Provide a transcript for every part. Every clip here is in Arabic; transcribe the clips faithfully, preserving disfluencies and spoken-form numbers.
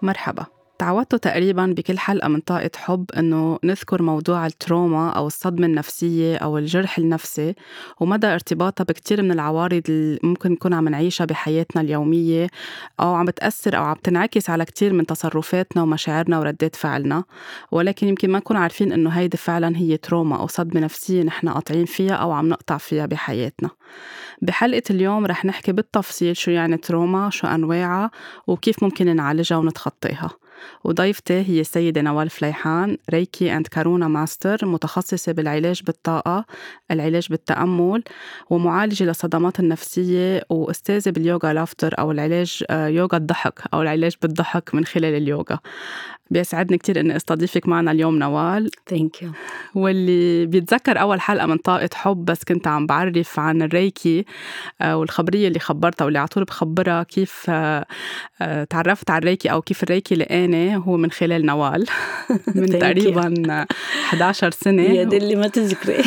مرحبا. تعودتوا تقريباً بكل حلقة من طاقة حب إنه نذكر موضوع التروما أو الصدمة النفسية أو الجرح النفسي ومدى ارتباطها بكتير من العوارض اللي ممكن نكون عم نعيشها بحياتنا اليومية أو عم بتأثر أو عم تنعكس على كتير من تصرفاتنا ومشاعرنا وردات فعلنا، ولكن يمكن ما نكون عارفين إنه هيدي فعلاً هي تروما أو صدمة نفسية نحن قاطعين فيها أو عم نقطع فيها بحياتنا. بحلقة اليوم رح نحكي بالتفصيل شو يعني تروما، شو أنواعها، وكيف ممكن نعالجها ونتخطيها. وضيفتي هي السيدة نوال فليحان، ريكي أند كارونا ماستر، متخصصة بالعلاج بالطاقة، العلاج بالتأمل، ومعالجة للصدمات النفسية، وأستاذة باليوغا لافتر أو العلاج يوغا الضحك أو العلاج بالضحك من خلال اليوغا. بيسعدني كتير إني استضيفك معنا اليوم نوال. Thank you. واللي بيتذكر أول حلقة من طاقة حب بس كنت عم بعرف عن الريكي والخبرية اللي خبرتها واللي عطول بخبرها كيف تعرفت على الريكي أو كيف الريكي لقاني هو من خلال نوال من تقريبا إحدى عشرة سنة. يا دي اللي ما تذكري.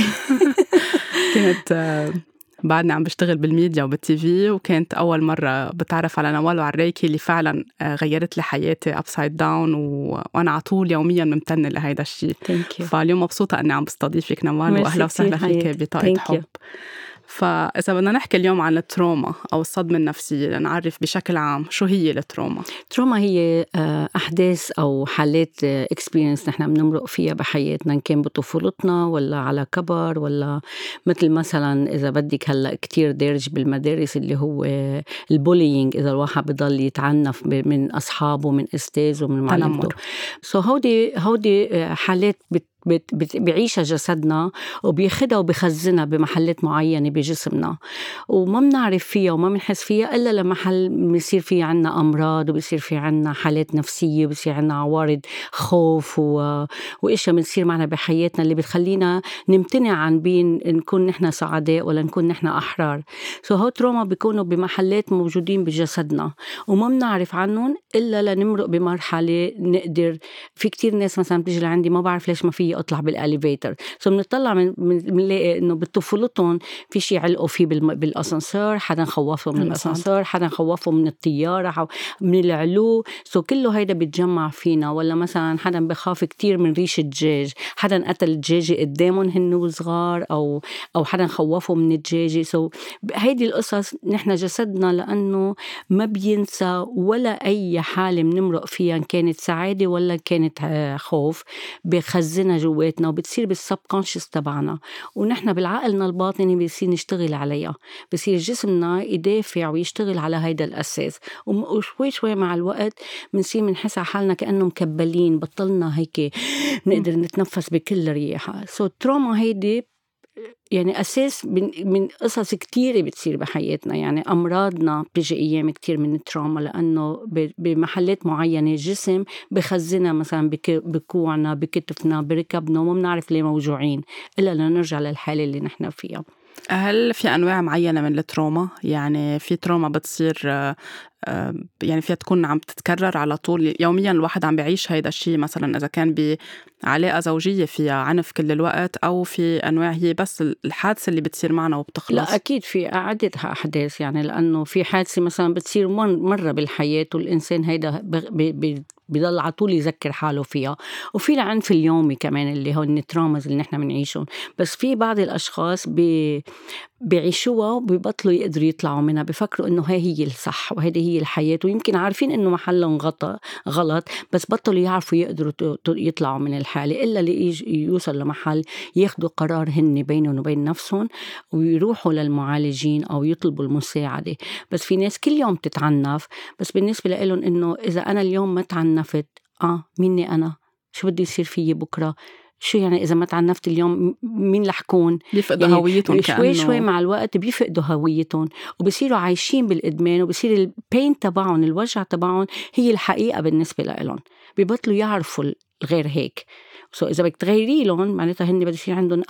كنت بعدني عم بشتغل بالميديا وبالتي في، وكانت أول مرة بتعرف على نوال وعلى الريكي اللي فعلا غيرت لي حياتي upside down، و... وأنا عطول يوميا ممتنة لهيدا الشيء. فاليوم مبسوطة أني عم بستضيفك نوال، وأهلا وسهلا فيك بطاقة حب. فإذا بدنا نحكي اليوم عن التروما أو الصدمة النفسية لنعرف بشكل عام شو هي التروما. التروما هي أحداث أو حالات experience نحن بنمرق فيها بحياتنا، إن كان بطفولتنا ولا على كبر، ولا مثل مثلا إذا بدك هلأ كتير دارج بالمدارس اللي هو البولينج، إذا الواحد بضل يتعنف من أصحابه من أستاذه من معلمته. so هودي هودي حالات بت بيعيشها جسدنا وبياخدها وبيخزنها بمحلات معينة بجسمنا، وما بنعرف فيها وما بنحس فيها إلا لمحل بيصير في عنا أمراض وبيصير في عنا حالات نفسية وبيصير عنا عوارض خوف و... وإشياء بنصير معنا بحياتنا اللي بتخلينا نمتنع عن بين نكون نحن سعداء ولا نكون نحن أحرار. سو هو تروما بيكونوا بمحلات موجودين بجسدنا وما بنعرف عنهم إلا لنمرق بمرحلة نقدر. في كتير ناس مثلا بتيجي لعندي ما بعرف ليش ما في اطلع بالاليفيتر، سو بنطلع من بنلاقي انه بطفولتهم في شيء علقوا فيه بالاسانسير، حدا خوفهم من الاسانسير، حدا خوفهم من الطياره، من العلو. سو كله هيدا بيتجمع فينا. ولا مثلا حدا بخاف كتير من ريش الدجاج، حدا قتل الدجاجه قدامهم هن صغار، او او حدا خوفهم من الدجاجه. سو هيدي القصص نحن جسدنا لانه ما بينسى ولا اي حاله بنمرق فيها، ان كانت سعاده ولا كانت خوف، بخزنها جواتنا وبتصير بالسبكونشس تبعنا، ونحن بالعقلنا الباطني بيصير نشتغل عليها، بصير جسمنا يدافع ويشتغل على هيدا الأساس. وشوي شوي مع الوقت بنصير بنحس على حالنا كأنه مكبلين، بطلنا هيك نقدر نتنفس بكل رياحة. سو التروما هيدي يعني أساس من قصص كتيرة بتصير بحياتنا. يعني أمراضنا بيجي أيام كتير من التروما، لأنه بمحلات معينة الجسم بخزنها، مثلا بكوعنا، بكتفنا، بركبنا، وما بنعرف ليه موجوعين إلا لنرجع للحالة اللي نحن فيها. هل في أنواع معينة من التروما؟ يعني في تروما بتصير يعني فيها تكون عم تتكرر على طول يوميا، الواحد عم بيعيش هيدا الشيء، مثلا إذا كان بعلاقة زوجية فيها عنف كل الوقت، أو في أنواع هي بس الحادثة اللي بتصير معنا وبتخلص؟ لا أكيد في عدة أحداث، يعني لأنه في حادثة مثلا بتصير مرة بالحياة والإنسان هيدا بيضل على طول يذكر حاله فيها. وفي العنف اليومي كمان اللي هو الترامز اللي نحن بنعيشهم. بس في بعض الأشخاص بي بيعيشوها وبيبطلوا يقدروا يطلعوا منها، بيفكروا إنه هاي هي الصح وهذه هي الحياة، ويمكن عارفين إنه محلهم غلط، بس بطلوا يعرفوا يقدروا يطلعوا من الحالة إلا اللي يوصل لمحل ياخدوا قرار هن بينهم وبين نفسهم ويروحوا للمعالجين أو يطلبوا المساعدة. بس في ناس كل يوم تتعنف، بس بالنسبة لهم إنه إذا أنا اليوم ما تعنفت آه ميني أنا، شو بدي يصير فيي بكرة؟ شو يعني إذا ما تعنفت اليوم مين لحكون؟ بيفقدوا يعني هويتهم شوي كأنه... شوي مع الوقت بيفقدوا هويتهم وبيصيروا عايشين بالإدمان، وبيصير البين تبعهم، الوجع تبعهم هي الحقيقة بالنسبة لهم. بيبطلوا يعرفوا الغير هيك. سو إذا بدك تغيري لهم معناتها هن بده يصير عندهم قلق،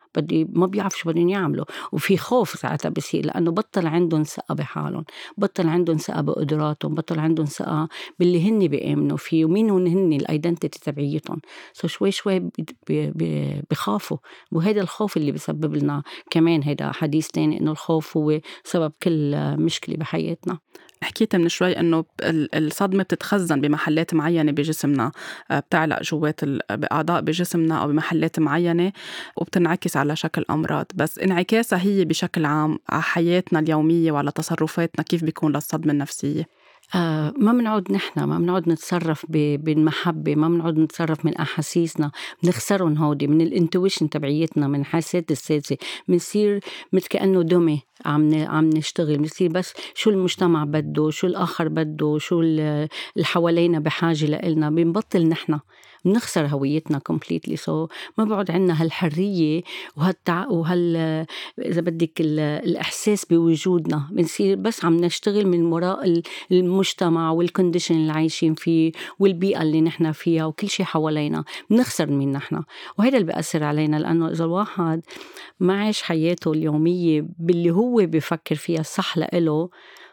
بدي ما بيعرف شو بدهم يعملوا، وفي خوف ساعتها بصير لأنه بطل عندهم ثقة بحالهم، بطل عندهم ثقة بقدراتهم، بطل عندهم ثقة باللي هن بيآمنوا فيه ومين هن الايدنتيتي تبعيتهم. سو شوي شوي بي- بي- بي- بخافوا، وهذا الخوف اللي بيسبب لنا كمان هيدا حديث تاني إنه الخوف هو سبب كل مشكلة بحياتنا. حكيت من شوي إنه ال- الصدمة بتتخزن بمحلات معينة بجسمنا، آه، بتعلق جوات ال- بأعضاء بجسمنا أو بمحلات معينة وبتنعكس على شكل أمراض. بس انعكاسها هي بشكل عام على حياتنا اليومية وعلى تصرفاتنا كيف بيكون للصدمة النفسية؟ آه ما بنعود نحن ما بنعود نتصرف ب- بالمحبة، ما بنعود نتصرف من أحاسيسنا، بنخسرهم هودي من الانتويشن تبعيتنا، من حاسات السادسة، بنصير مثل كأنه دمي عم ن- عم نشتغل، بنصير بس شو المجتمع بده، شو الآخر بده، شو ال- اللي حوالينا بحاجة لإلنا، بنبطل نحن بنخسر هويتنا completely. so ما بعد عنا هالحرية وهالتع... وهال إذا بدك ال... الإحساس بوجودنا، بنصير بس عم نشتغل من وراء ال... المجتمع والكونديشن اللي عايشين فيه والبيئة اللي نحن فيها وكل شيء حوالينا، بنخسر من نحن. وهذا اللي بيأثر علينا، لأنه إذا الواحد ما عايش حياته اليومية باللي هو بيفكر فيها الصح لإله،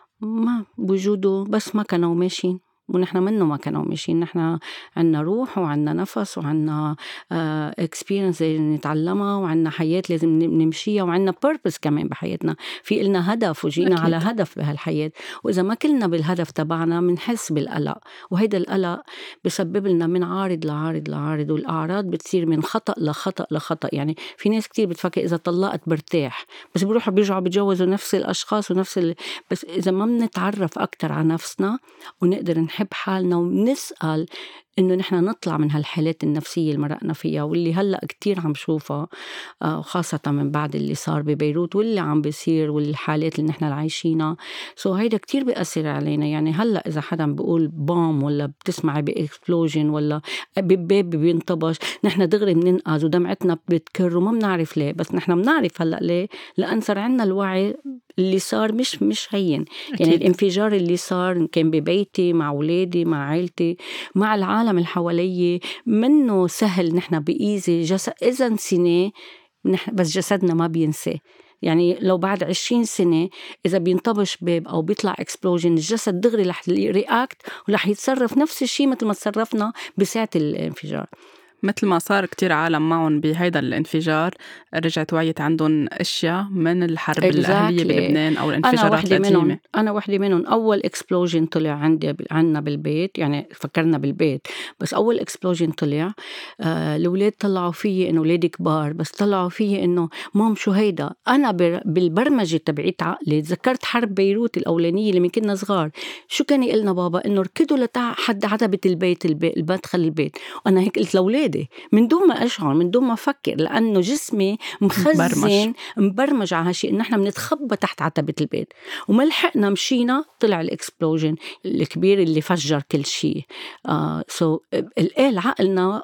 ما بوجوده بس ما كانوا ماشيين، ونحن منه ما كانوا ماشيين. نحن عنا روح وعنا نفس وعنا اكسبيرينس لازم نتعلمها، وعنا حياة لازم نمشيها، وعنا purpose كمان بحياتنا، في إلنا هدف وجينا أكيد. على هدف بهالحياة. وإذا ما كلنا بالهدف تبعنا منحس بالقلق، وهيدا القلق بسبب لنا من عارض لعارض لعارض، والأعراض بتصير من خطأ لخطأ لخطأ. يعني في ناس كتير بتفكر إذا طلقت برتاح، بس بيروحوا بيرجعوا بيتجوزوا نفس الأشخاص ونفس ال... بس إذا ما بنتعرف أكتر على نفسنا ونقدر نحب حالنا ونسأل إنه نحن نطلع من هالحالات النفسية اللي مرقنا فيها، واللي هلأ كتير عم شوفها خاصة من بعد اللي صار ببيروت واللي عم بيصير والحالات اللي نحن عايشينها. سو هيدا كتير بيأثر علينا. يعني هلأ إذا حدا بيقول بوم ولا بتسمعي بإكسبلوجن ولا بباب بينطبش، نحن دغري بننقذ ودمعتنا بتكر وما بنعرف ليه. بس نحن بنعرف هلأ ليه، لأن صار عنا الوعي اللي صار مش مش هين. يعني أكيد. الانفجار اللي صار كان ببيتي مع أولادي مع عائلتي مع العالم اللي حوالي، منه سهل نحن بإيزي جسد إذا نسيناه، نحن بس جسدنا ما بينسى. يعني لو بعد عشرين سنة إذا بينطبش باب أو بيطلع إكسبلوجن، الجسد دغري رح رياكت ورح يتصرف نفس الشيء مثل ما تصرفنا بساعة الانفجار. مثل ما صار كتير عالم معهم بهيدا الانفجار رجعت وعيت عندهم أشياء من الحرب exactly. الأهلية بلبنان أو الانفجارات القديمة. أنا وحدة منهم. أول إكسبلوجن طلع عندي عنا بالبيت، يعني فكرنا بالبيت، بس أول إكسبلوجن طلع آه الأولاد طلعوا فيه إنه أولادي كبار، بس طلعوا فيه إنه مام شو هيدا. أنا بالبرمجة تبعيت عقلي تذكرت حرب بيروت الأولانية لما كنا صغار، شو كان يقلنا بابا إنه ركضوا لتع حد عتبة البيت البيت المدخل البيت، وأنا هيك قلت لأولادي من دون ما أشعر من دون ما أفكر، لأنه جسمي مخزن مبرمج على هالشيء إن إحنا بنتخبى تحت عتبة البيت. وملحقنا مشينا طلع الإكسبلوجن الكبير اللي فجر كل شيء. آه سو الآل عقلنا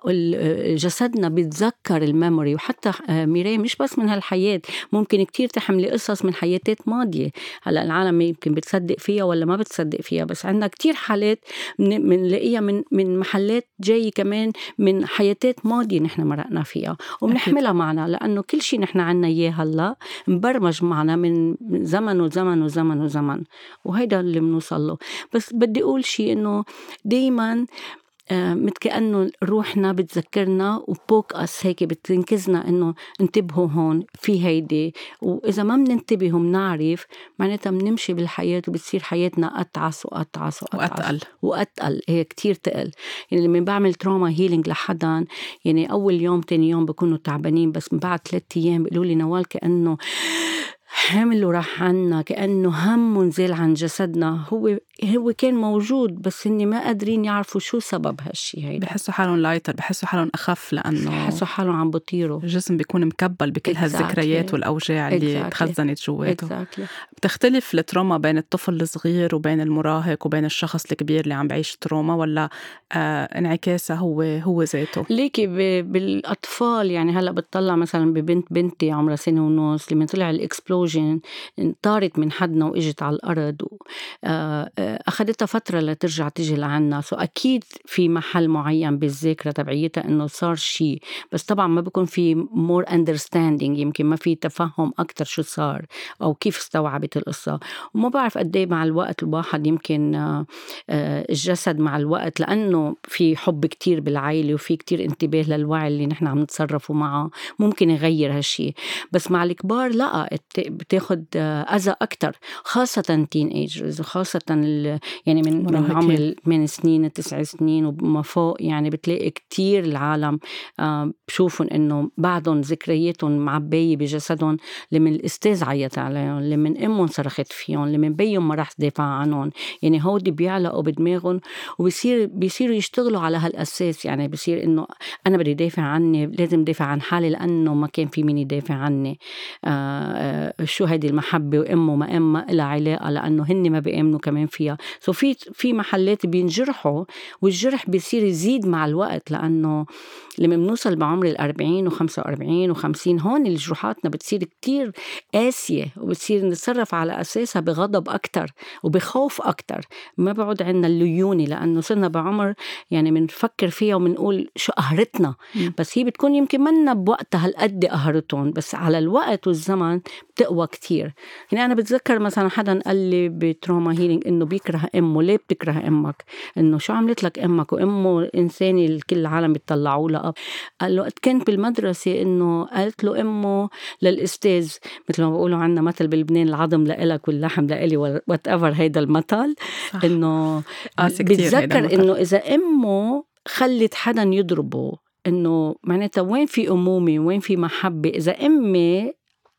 جسدنا بيتذكر الميموري. وحتى آه ميراي مش بس من هالحياة، ممكن كتير تحملي قصص من حياتات ماضية. هلأ العالم يمكن بتصدق فيها ولا ما بتصدق فيها، بس عندنا كتير حالات بنلاقيها من, من من محلات جاي كمان من حياتات ماضية نحن مرقنا فيها وبنحملها معنا، لأنه كل شيء نحن عنا إياه هلا مبرمج معنا من زمن وزمن وزمن وزمن، وهيدا اللي بنوصل له. بس بدي أقول شيء إنه دايما مثل كأنه روحنا بتذكرنا وبوك أس هيك بتنكزنا إنه انتبهوا هون في هيدي. وإذا ما بننتبه ومنعرف معناتها بنمشي بالحياة وبتصير حياتنا أتعس وأتعس وأتعس وأتقل وأتقل. هي كتير تقل. يعني لما بعمل تروما هيلينج لحدا، يعني أول يوم تاني يوم بكونوا تعبانين، بس من بعد ثلاثة أيام بيقولوا لي نوال كأنه حملوا راح عنا، كأنه هم نزل عن جسدنا. هو هو كان موجود بس إني ما قادرين يعرفوا شو سبب هالشي. هيدا بحسوا حالهم لايتر، بحسوا حالهم أخف، لأنه بحسوا حالهم عم بطيروا. الجسم بيكون مكبل بكل exactly. هالذكريات والأوجاع اللي exactly. تخزنت جواته exactly. بتختلف التروما بين الطفل الصغير وبين المراهق وبين الشخص الكبير اللي عم بعيش تروما، ولا آه انعكاسها هو هو ذاته؟ ليكي بالأطفال يعني هلأ بتطلع مثلا ببنت بنتي عمرها سنة ونص، لما طلع الإكسبلوجن طارت من حدنا وإجت على الأرض و... آه أخدتها فترة لترجع تيجي لعنا. سو أكيد في محل معين بالذاكرة تبعيتها إنه صار شيء، بس طبعا ما بيكون في more understanding، يمكن ما في تفهم أكتر شو صار أو كيف استوعبت القصة. وما بعرف قديه مع الوقت الواحد يمكن الجسد مع الوقت، لأنه في حب كتير بالعائلة وفي كتير انتباه للوعي اللي نحن عم نتصرفوا معه، ممكن يغير هالشي. بس مع الكبار لا، بتاخد أذى أكتر، خاصة تين ايجرز وخاصة يعني من من عمر ثمان سنين تسع سنين وما فوق. يعني بتلاقي كتير العالم بشوفون إنه بعضهم ذكرياتهم معبية بجسدهم، لمن الأستاذ عيط عليهم، لمن أمهم صرخت فيهم، لمن بيهم ما راح تدافع عنهم. يعني هودي بيعلقوا بدماغهم وبيصير بيصيروا يشتغلوا على هالأساس. يعني بيصير إنه أنا بدي دافع عني، لازم دافع عن حالي لأنه ما كان في مين يدافع عني. آه آه شو هيدي المحبة، وأمه ما أمه إلها علاقة لأنه هني ما بيأمنوا كمان فيها. سو في في محلات بينجرحوا، والجرح بيصير يزيد مع الوقت، لأنه لما بنوصل بعمر الأربعين وخمسة وأربعين وخمسين هون الجروحاتنا بتصير كتير قاسية، وبتصير نتصرف على أساسها بغضب أكتر وبخوف أكتر. ما بعد عنا الليوني، لأنه صرنا بعمر يعني منفكر فيها ومنقول شو قهرتنا، بس هي بتكون يمكن منا بوقتها هالقد قهرتهم، بس على الوقت والزمن بتقوى كتير. يعني أنا بتذكر مثلا حدا قال لي بتروما هيلينج إنه بيكره أمه. ليه بتكره أمك؟ إنه شو عملت لك أمك؟ وأمه إنساني الكل العالم بيطلعوا لها. قال له كنت بالمدرسة إنه قالت له أمه للأستاذ، مثل ما بقولوا عنا مثل بلبنان، العظم لإلك واللحم لإلي whatever هيدا المثل. إنه بتذكر إنه إذا أمه خلت حدا يضربه، إنه معناتها وين في أمومة وين في محبة إذا أمي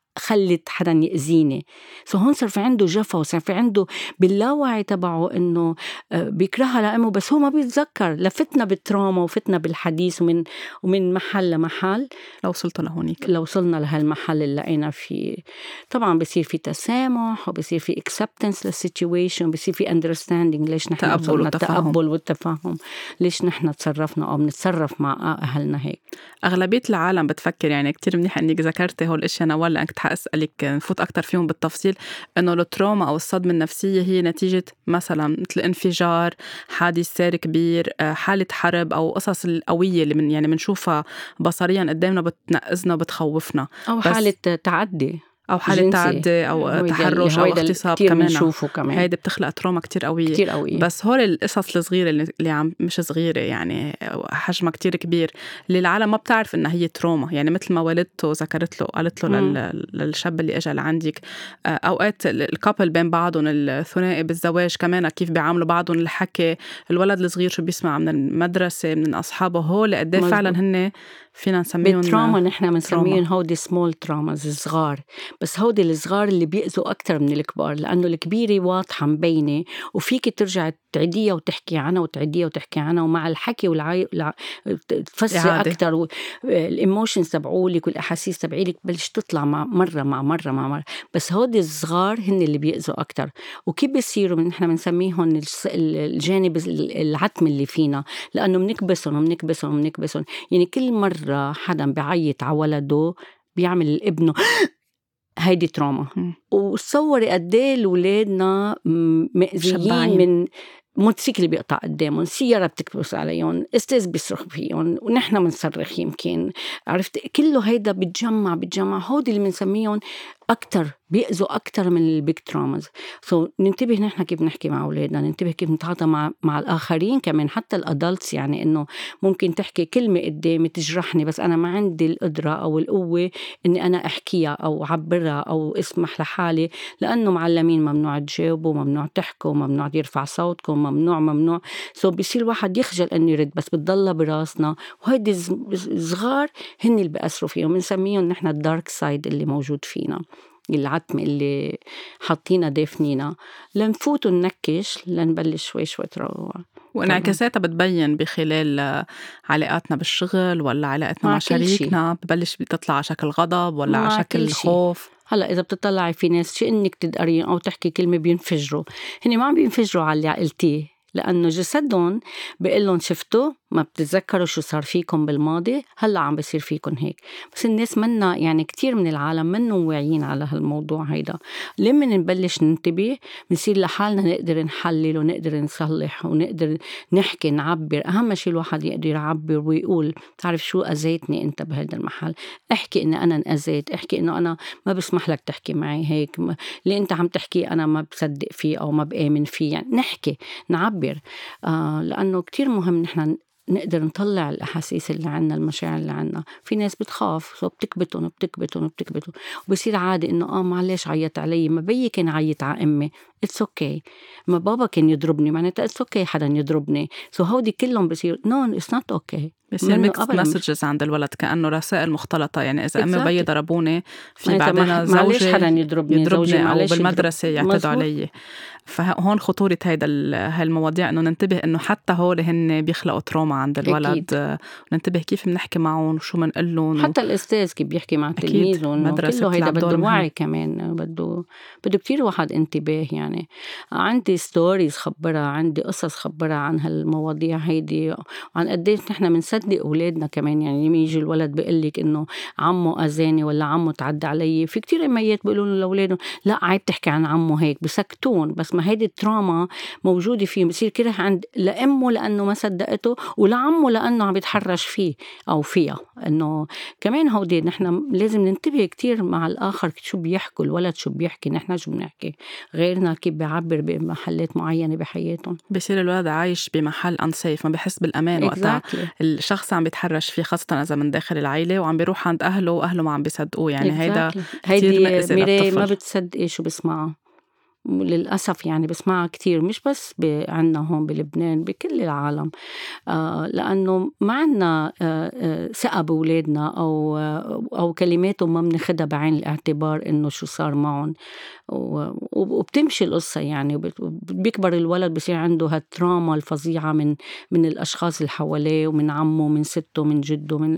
خلت حدا يأذيني؟ سو هون صار في عنده جفا، وصار في عنده باللاوعي تبعه إنه بيكرهها لأمه، بس هو ما بيتذكر. لفتنا بالتراما وفتنا بالحديث ومن ومن محل لمحل لو وصلت لهونيك، لو وصلنا لهالمحل اللي لقينا فيه. طبعا بصير في تسامح، وبصير في acceptance للسيتويشن، بصير في understanding ليش نحن تقبل التقبل والتفاهم، ليش نحن تصرفنا أو بنتصرف مع أهلنا هيك. أغلبية العالم بتفكر، يعني كتير منيح إنك ذكرتي هول الأشياء نوال، لأنك حأسألك نفوت أكتر فيهم بالتفصيل. إنه التروما أو الصدمة النفسية هي نتيجة مثلا مثل انفجار، حادث سير كبير، حالة حرب، أو قصص القوية اللي من يعني منشوفها بصريا قدامنا بتنقذنا وبتخوفنا، أو حالة تعدي أو حالة تعدي أو تحرش أو اغتصاب كمان. كمان هيدا بتخلق تروما كتير قوية. كتير قوية. بس هول القصص الصغيرة اللي عم مش صغيرة، يعني حجمها كتير كبير، اللي العالم ما بتعرف إنها هي تروما. يعني مثل ما والدته ذكرت له، قالت له لل... للشاب اللي اجى لعندك، أوقات الكابل بين بعضهم الثنائي بالزواج كمان كيف بيعاملوا بعضهم، الحكي، الولد الصغير شو بيسمع من المدرسة من أصحابه، هول قد ايه فعلا هن فينا نسميهم بالتراما. نحن بنسميهم هودي سمول تراماز، صغار. بس هودي الصغار اللي بيأذوا أكتر من الكبار، لأنه الكبيرة واضحة مبينة وفيك ترجع تعديها وتحكي عنها وتعديها وتحكي عنها، ومع الحكي والعي لع... تفسري أكتر، والإيموشنز تبعولك والأحاسيس تبعيلك بلش تطلع مع مرة مع مرة مع مرة. بس هودي الصغار هن اللي بيأذوا أكتر. وكيف بيصيروا؟ من نحن بنسميهم الجانب العتم اللي فينا، لأنه منكبسهم ومنكبسهم ومنكبسهم. يعني كل مرة حدا بيعيط على ولده بيعمل الابنه هيدي تروما. وتصوري قديه الولادنا مأذيين من موتوسيكل بيقطع قدامهم، سيارة بتكبس عليهم، استاذ بيصرخ فيهم، ونحن منصرخ يمكن. عرفت؟ كله هيدا بتجمع بتجمع. هودي اللي بنسميهم أكتر بيأذوا أكتر من البيك تراماز. سو ننتبه نحن كيف نحكي مع أولادنا، ننتبه كيف نتعاطى مع مع الآخرين كمان، حتى الأدلتس. يعني إنه ممكن تحكي كلمة قدامي تجرحني، بس أنا ما عندي القدرة أو القوة إني أنا أحكيها أو عبرها أو اسمح لحالي، لأنه معلمين ممنوع تجاوبوا، ممنوع تحكوا، ممنوع يرفع صوتكم، ممنوع ممنوع. سو بيصير واحد يخجل إنه يرد، بس بتضل براسنا. وهيدي الصغار هن اللي بيأثروا فيهم. بنسميهم نحن الدارك سايد اللي موجود فينا، العتم اللي حاطينا دافنينا، لنفوت وننكش لنبلش شوي شوي تروع. وانعكاساتها بتبين بخلال علاقاتنا بالشغل ولا علاقاتنا مع, مع شريكنا، ببلش بتطلع على شكل غضب ولا على شكل خوف. هلا إذا بتطلعي في ناس شيء إنك تدقرين أو تحكي كلمة بينفجروا، هني ما عم بينفجروا على اللي عقلتيه، لأنه جسدهم بيقلن شفتوا ما بتتذكروا شو صار فيكم بالماضي، هلأ عم بيصير فيكم هيك. بس الناس منا يعني كتير من العالم منهم واعيين على هالموضوع هيدا. لما نبلش ننتبه بنصير لحالنا نقدر نحلل ونقدر نصلح ونقدر نحكي نعبر. أهم شيء الواحد يقدر يعبر ويقول تعرف شو أذيتني أنت بهذا المحل، احكي إن أنا انأذيت، احكي إنه أنا ما بسمح لك تحكي معي هيك، اللي أنت عم تحكي أنا ما بصدق فيه أو ما بآمن فيه. يعني نحكي نعبر، آه لأنه كتير مهم نحن نقدر نطلع الأحاسيس اللي عنا، المشاعر اللي عنا. في ناس بتخاف سو بتكبتهم وبتكبتهم وبتكبتهم وبصير عادي إنه آه معلش عيط علي، ما بيي كان عيط على أمي it's okay، ما بابا كان يضربني معناتها it's okay حدا يضربني. سو هودي كلهم بصير no it's not okay. بصير ميكست مسجز عند الولد كأنه رسائل مختلطة. يعني إذا أمي وبي ضربوني، في بعدين زوجي حدا يضربني, يضربني أو بالمدرسة يعتدوا علي. فهون خطورة هيدا هالمواضيع إنه ننتبه إنه حتى هول هن بيخلقوا تروما عند الولد. أكيد. وننتبه كيف بنحكي معهم وشو منقلهم. حتى الأستاذ كيف بيحكي مع تلميذه كله هيدا بده وعي كمان، بده بده كتير واحد انتباه. يعني عندي ستوريز خبرها، عندي قصص خبرها عن هالمواضيع هيدي، وعن قديش نحن منصدق أولادنا كمان. يعني لما يجي الولد بيقلك إنه عمه أذاني ولا عمه تعدى علي، في كتير أميات بيقولون لأولادهم لا عيب تحكي عن عمه هيك، بسكتون. بس ما هيدي التراما موجودة فيه، بصير كره عند لأمه لأنه ما صدقته، ولعمه لأنه عم يتحرش فيه أو فيها. إنه كمان هودي نحن لازم ننتبه كتير مع الآخر شو بيحكوا، الولد شو بيحكي، نحن شو بنحكي، غيرنا كيف بيعبر بمحلات معينة بحياتهم. بصير الولد عايش بمحل unsafe، ما بحس بالأمان exactly. وقتها الشخص عم بيتحرش فيه، خاصة إذا من داخل العائلة وعم بيروح عند أهله وأهله ما عم بيصدقوه. يعني exactly. هيدا هيدي ميري ما بتصدقي شو بسمعه للأسف. يعني بسمعها كتير، مش بس عنا هون بلبنان، بكل العالم. آه لأنه ما عنا آه ثقة بولادنا، أو آه أو كلماتهم ما بناخدها بعين الاعتبار إنه شو صار معهم، وبتمشي القصة. يعني بيكبر الولد بصير عنده هالتراما الفظيعة من من الأشخاص اللي حواليه، ومن عمه، من سته، من جده، من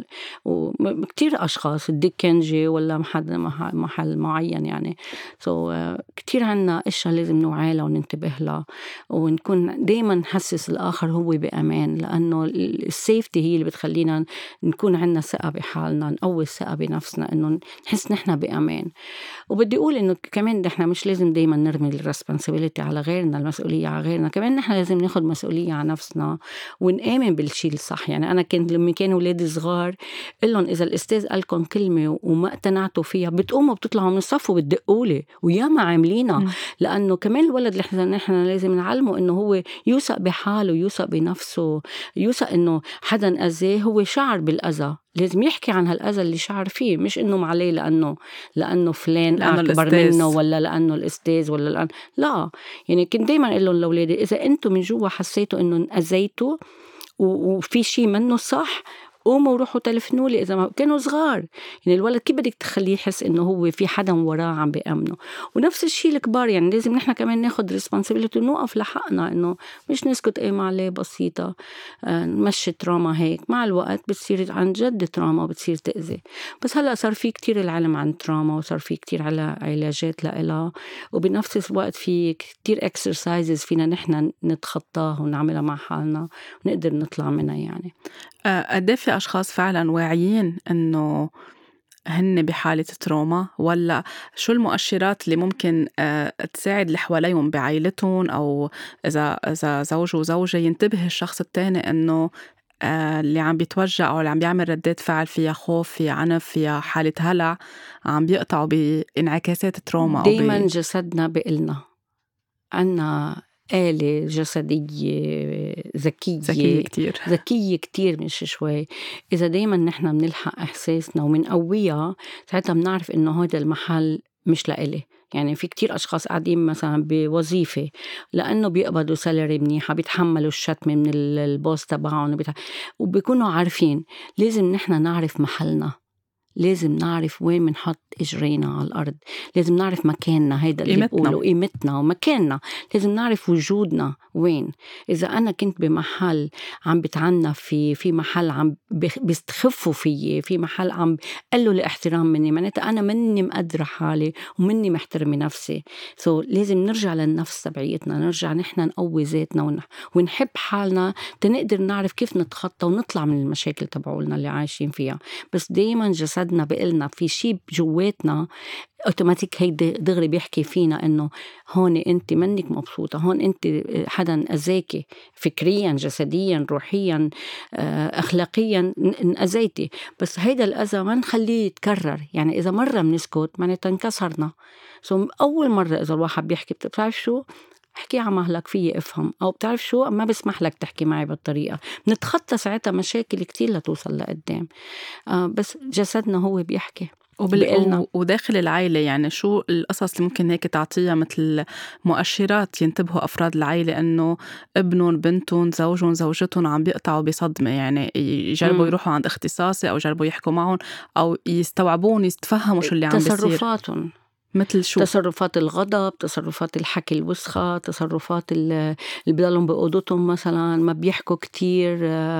كتير أشخاص، الدكنجي ولا محل محل معين. يعني سو so, كتير عنا أشياء لازم نوعي لها وننتبه لها، ونكون دايما نحسس الآخر هو بأمان، لأنه السيفتي هي اللي بتخلينا نكون عنا ثقة بحالنا، نقوي الثقة بنفسنا، إنه نحس نحنا بأمان. وبدي أقول إنه كمان نحن مش لازم دايما نرمي الرسبانسيبيليتي على غيرنا، المسؤولية على غيرنا. كمان نحن لازم ناخد مسؤولية على نفسنا ونآمن بالشيء الصح. يعني أنا كنت لما كانوا ولادي صغار قلهم إذا الأستاذ قالكم كلمة وما اقتنعتوا فيها بتقوموا بتطلعوا من الصف وبتدقولي، وياما عاملينها. لأنه كمان الولد اللي نحن لازم نعلمه إنه هو يوثق بحاله، يوثق بنفسه، يوثق إنه حدا أذاه هو شعر بالأذى، لازم يحكي عن هالأذى اللي شعر فيه، مش إنه عليه لأنه لأنه فلان أكبر منه، ولا لأنه الأستاذ، ولا لأن لا. يعني كنت دايما أقول لهم لأولادي إذا أنتم من جوا حسيتوا إنه انأذيتوا وفي شيء منه صح، قوموا وروحوا تلفنوا لي. إذا ما كانوا صغار، يعني الولد كيف بدك تخليه يحس إنه هو في حدا وراه عم بيأمنه؟ ونفس الشيء الكبار، يعني لازم نحن كمان ناخد ريسبانسيبيليتي ونوقف لحقنا، إنه مش نسكت إيه ما عليه بسيطة، آه نمشي تراما هيك. مع الوقت بتصير عن جد تراما، بتصير تأذي. بس هلأ صار في كتير العلم عن تراما، وصار في كتير على علاجات لإلها، وبنفس الوقت في كتير اكسرسايزز فينا نحن نتخطاها ونعملها مع حالنا ونقدر نطلع منها. يعني قد في أشخاص فعلا واعيين إنه هن بحالة تروما، ولا شو المؤشرات اللي ممكن تساعد اللي حواليهم بعائلتهم، أو إذا إذا زوج وزوجة ينتبه الشخص التاني إنه اللي عم بيتوجع أو اللي عم بيعمل ردات فعل فيها خوف، فيها عنف، فيها حالة هلع، عم بيقطعوا بانعكاسات تروما. دايما بي... جسدنا بقلنا عنا آلة جسدية ذكية ذكية كتير ذكية كتير مش شوي. إذا دايما نحنا منلحق إحساسنا ومنقويها، ساعتها بنعرف إنه هذا المحل مش لإلي. يعني في كتير أشخاص قاعدين مثلا بوظيفة لأنه بيقبضوا سالري منيحة، بيتحملوا الشتم من البوس تبعهم، وبيكونوا عارفين. لازم نحنا نعرف محلنا، لازم نعرف وين بنحط إجرينا على الأرض، لازم نعرف مكاننا، هيدا اللي قيمتنا. بقوله قيمتنا ومكاننا، لازم نعرف وجودنا وين. إذا أنا كنت بمحل عم بتعنف فيه، في محل عم بخ- بيستخفوا فيه، في محل عم قالوا الاحترام مني، معناتها أنا مني مقدرة حالي ومني محترمة نفسي. سو so, لازم نرجع للنفس تبعيتنا، نرجع نحن نقوي ذاتنا ون- ونحب حالنا تنقدر نعرف كيف نتخطى ونطلع من المشاكل تبعولنا اللي عايشين فيها. بس دايما جسدنا بقلنا في شيء جواتنا اوتوماتيك هيك دغري بيحكي فينا انه هون انت منك مبسوطه، هون انت حدا اذاكي فكريا جسديا روحيا اخلاقيا انأذيتي. بس هيدا الاذى ما نخليه يتكرر، يعني اذا مره بنسكت معناتها انكسرنا. سو اول مره اذا الواحد بيحكي بتعرف شو احكي على مهلك فيي افهم، او بتعرف شو ما بسمح لك تحكي معي بالطريقه، نتخطى ساعتها مشاكل كتير لتوصل لقدام. آه بس جسدنا هو بيحكي وبال... وداخل العائلة يعني شو القصص اللي ممكن هيك تعطيها مثل مؤشرات ينتبهوا أفراد العائلة أنه ابنهم بنتهم زوجهم زوجتهم عم بيقطعوا بصدمة، يعني يجربوا يروحوا عند اختصاصي أو يجربوا يحكوا معهم أو يستوعبون يتفهموا شو اللي عم بيصير. تصرفاتهم مثل شو؟ تصرفات الغضب، تصرفات الحكي الوسخة، تصرفات اللي بضلهم بأوضتهم مثلا ما بيحكوا كتير،